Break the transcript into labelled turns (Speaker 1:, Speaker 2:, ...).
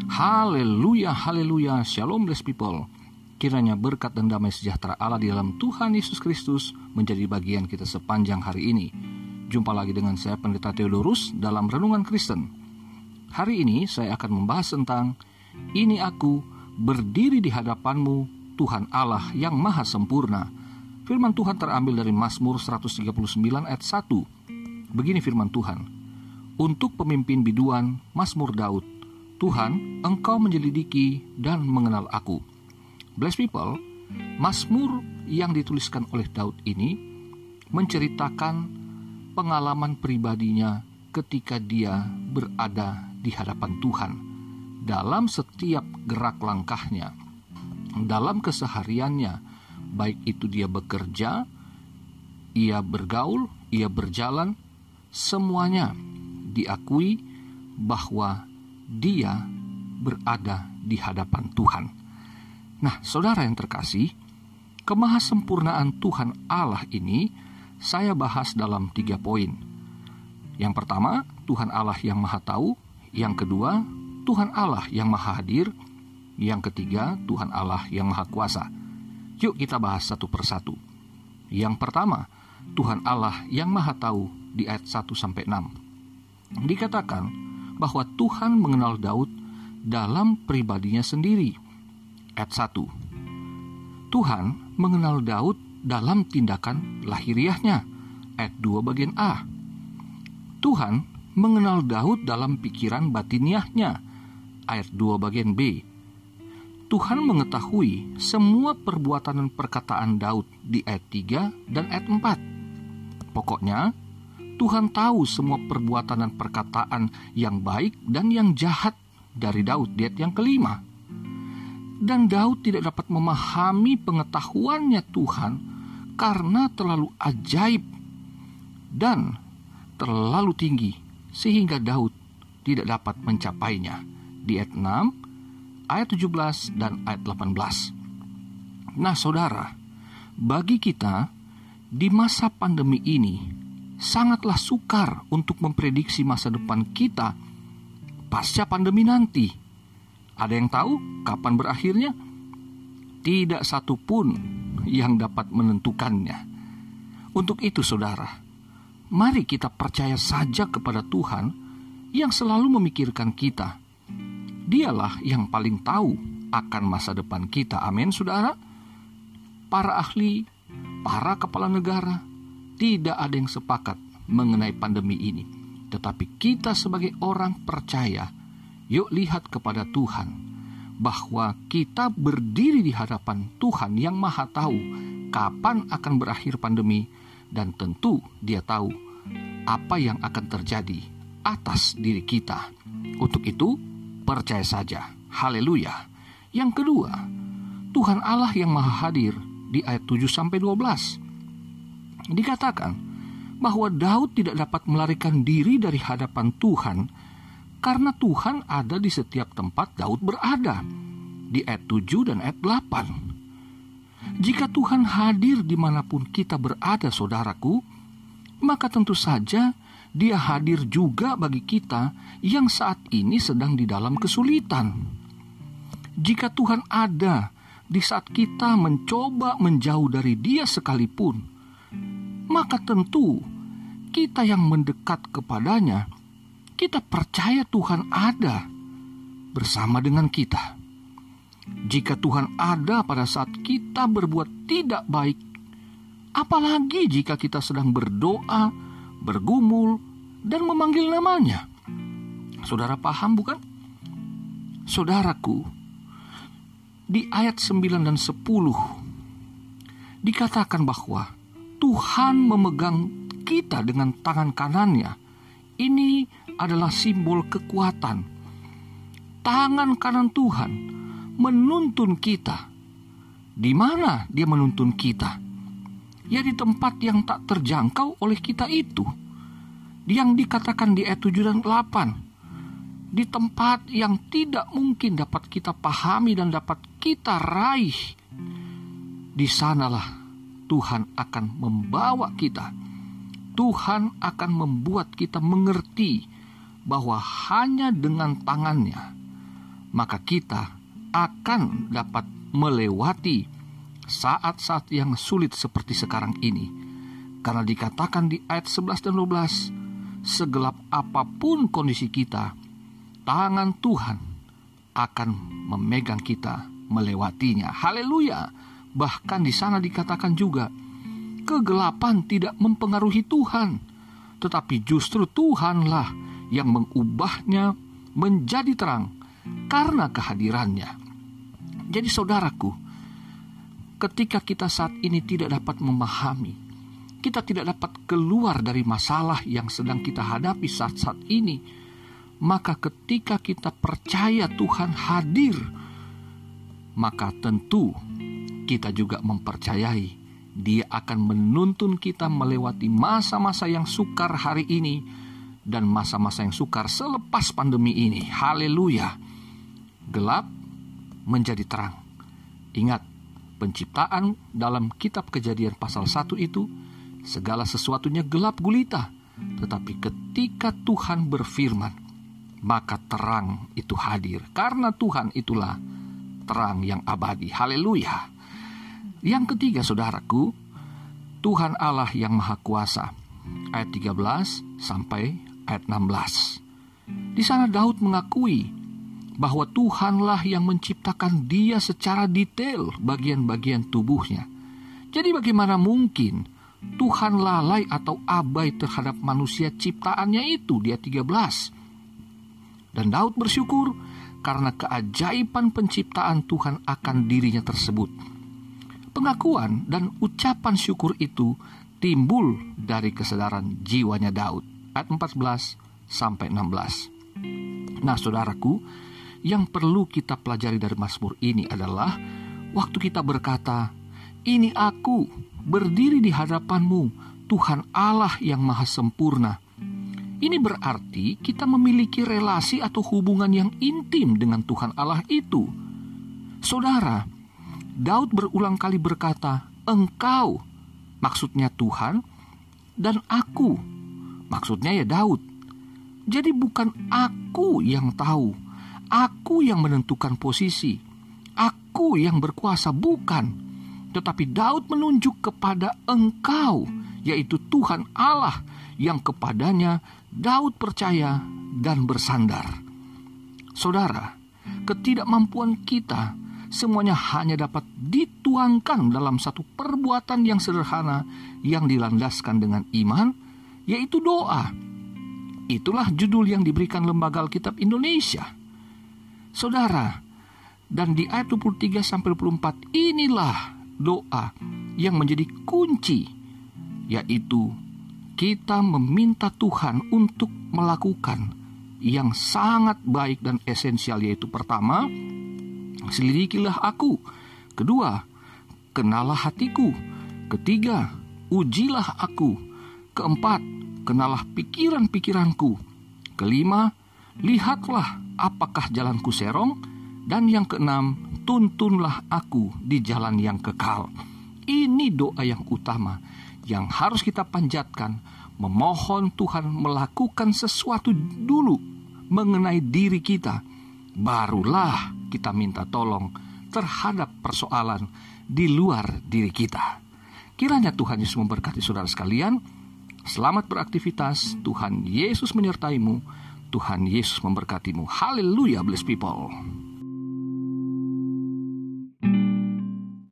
Speaker 1: Haleluya, haleluya, shalom blessed people. Kiranya berkat dan damai sejahtera Allah di dalam Tuhan Yesus Kristus menjadi bagian kita sepanjang hari ini. Jumpa lagi dengan saya Pendeta Theodorus dalam Renungan Kristen. Hari ini saya akan membahas tentang ini aku berdiri di hadapanmu, Tuhan Allah yang maha sempurna. Firman Tuhan terambil dari Mazmur 139 ayat 1. Begini firman Tuhan. Untuk pemimpin biduan, Mazmur Daud. Tuhan, Engkau menyelidiki dan mengenal aku. Blessed people, Mazmur yang dituliskan oleh Daud ini menceritakan pengalaman pribadinya ketika dia berada di hadapan Tuhan dalam setiap gerak langkahnya, dalam kesehariannya, baik itu dia bekerja, ia bergaul, ia berjalan, semuanya diakui bahwa dia berada di hadapan Tuhan. Nah, saudara yang terkasih, kemahasempurnaan Tuhan Allah ini saya bahas dalam 3 poin. Yang pertama, Tuhan Allah yang maha tahu. Yang kedua, Tuhan Allah yang maha hadir. Yang ketiga, Tuhan Allah yang maha kuasa. Yuk kita bahas satu persatu. Yang pertama, Tuhan Allah yang maha tahu di ayat 1-6. Dikatakan bahwa Tuhan mengenal Daud dalam pribadinya sendiri. Ayat 1. Tuhan mengenal Daud dalam tindakan lahiriahnya. Ayat 2 bagian A. Tuhan mengenal Daud dalam pikiran batiniahnya. Ayat 2 bagian B. Tuhan mengetahui semua perbuatan dan perkataan Daud di ayat 3 dan ayat 4. Pokoknya, Tuhan tahu semua perbuatan dan perkataan yang baik dan yang jahat dari Daud di ayat yang kelima. Dan Daud tidak dapat memahami pengetahuannya Tuhan karena terlalu ajaib dan terlalu tinggi sehingga Daud tidak dapat mencapainya. Di ayat 6, ayat 17 dan ayat 18. Nah saudara, bagi kita di masa pandemi ini sangatlah sukar untuk memprediksi masa depan kita pasca pandemi nanti. Ada yang tahu kapan berakhirnya? Tidak satu pun yang dapat menentukannya. Untuk itu saudara, mari kita percaya saja kepada Tuhan yang selalu memikirkan kita. Dialah yang paling tahu akan masa depan kita. Amin saudara. Para ahli, para kepala negara, tidak ada yang sepakat mengenai pandemi ini. Tetapi kita sebagai orang percaya, yuk lihat kepada Tuhan bahwa kita berdiri di hadapan Tuhan yang maha tahu kapan akan berakhir pandemi, dan tentu dia tahu apa yang akan terjadi atas diri kita. Untuk itu, percaya saja. Haleluya. Yang kedua, Tuhan Allah yang maha hadir di ayat 7-12. Dikatakan bahwa Daud tidak dapat melarikan diri dari hadapan Tuhan karena Tuhan ada di setiap tempat Daud berada. Di ayat 7 dan ayat 8. Jika Tuhan hadir dimanapun kita berada saudaraku, maka tentu saja Dia hadir juga bagi kita yang saat ini sedang di dalam kesulitan. Jika Tuhan ada di saat kita mencoba menjauh dari Dia sekalipun, maka tentu kita yang mendekat kepadanya, kita percaya Tuhan ada bersama dengan kita. Jika Tuhan ada pada saat kita berbuat tidak baik, apalagi jika kita sedang berdoa, bergumul, dan memanggil namanya. Saudara paham bukan? Saudaraku, di ayat 9 dan 10 dikatakan bahwa Tuhan memegang kita dengan tangan kanannya. Ini adalah simbol kekuatan. Tangan kanan Tuhan menuntun kita. Di mana Dia menuntun kita? Ya di tempat yang tak terjangkau oleh kita itu. Yang dikatakan di ayat 7 dan 8. Di tempat yang tidak mungkin dapat kita pahami dan dapat kita raih. Di sanalah Tuhan akan membawa kita. Tuhan akan membuat kita mengerti bahwa hanya dengan tangannya, maka kita akan dapat melewati saat-saat yang sulit seperti sekarang ini. Karena dikatakan di ayat 11 dan 12, segelap apapun kondisi kita, tangan Tuhan akan memegang kita melewatinya. Haleluya. Bahkan di sana dikatakan juga, kegelapan tidak mempengaruhi Tuhan, tetapi justru Tuhanlah yang mengubahnya menjadi terang karena kehadirannya. Jadi saudaraku, ketika kita saat ini tidak dapat memahami, kita tidak dapat keluar dari masalah yang sedang kita hadapi saat-saat ini, maka ketika kita percaya Tuhan hadir, maka tentu kita juga mempercayai Dia akan menuntun kita melewati masa-masa yang sukar hari ini dan masa-masa yang sukar selepas pandemi ini. Haleluya. Gelap menjadi terang. Ingat, penciptaan dalam kitab Kejadian pasal 1 itu, segala sesuatunya gelap gulita. Tetapi ketika Tuhan berfirman, maka terang itu hadir. Karena Tuhan itulah terang yang abadi. Haleluya. Yang ketiga saudaraku, Tuhan Allah yang Maha Kuasa. Ayat 13 sampai ayat 16. Di sana Daud mengakui bahwa Tuhanlah yang menciptakan dia secara detail bagian-bagian tubuhnya. Jadi bagaimana mungkin Tuhan lalai atau abai terhadap manusia ciptaannya itu? Di ayat 13. Dan Daud bersyukur karena keajaiban penciptaan Tuhan akan dirinya tersebut. Pengakuan dan ucapan syukur itu timbul dari kesadaran jiwanya Daud. Ayat 14 sampai 16. Nah saudaraku, yang perlu kita pelajari dari Mazmur ini adalah waktu kita berkata, ini aku berdiri di hadapanmu, Tuhan Allah yang maha sempurna. Ini berarti kita memiliki relasi atau hubungan yang intim dengan Tuhan Allah itu. Saudara, Daud berulang kali berkata, engkau, maksudnya Tuhan, dan aku, maksudnya ya Daud. Jadi bukan aku yang tahu, aku yang menentukan posisi, aku yang berkuasa, bukan. Tetapi Daud menunjuk kepada engkau, yaitu Tuhan Allah, yang kepadanya Daud percaya dan bersandar. Saudara, ketidakmampuan kita semuanya hanya dapat dituangkan dalam satu perbuatan yang sederhana yang dilandaskan dengan iman, yaitu doa. Itulah judul yang diberikan Lembaga Alkitab Indonesia. Saudara, dan di ayat 23-24 inilah doa yang menjadi kunci, yaitu kita meminta Tuhan untuk melakukan yang sangat baik dan esensial, yaitu pertama, selidikilah aku. Kedua, kenalah hatiku. Ketiga, ujilah aku. Keempat, kenalah pikiran-pikiranku. Kelima, lihatlah apakah jalanku serong. Dan yang keenam, tuntunlah aku di jalan yang kekal. Ini doa yang utama yang harus kita panjatkan, memohon Tuhan melakukan sesuatu dulu mengenai diri kita. Barulah kita minta tolong terhadap persoalan di luar diri kita. Kiranya Tuhan Yesus memberkati saudara sekalian. Selamat beraktivitas. Tuhan Yesus menyertaimu. Tuhan Yesus memberkatimu. Haleluya, blessed people.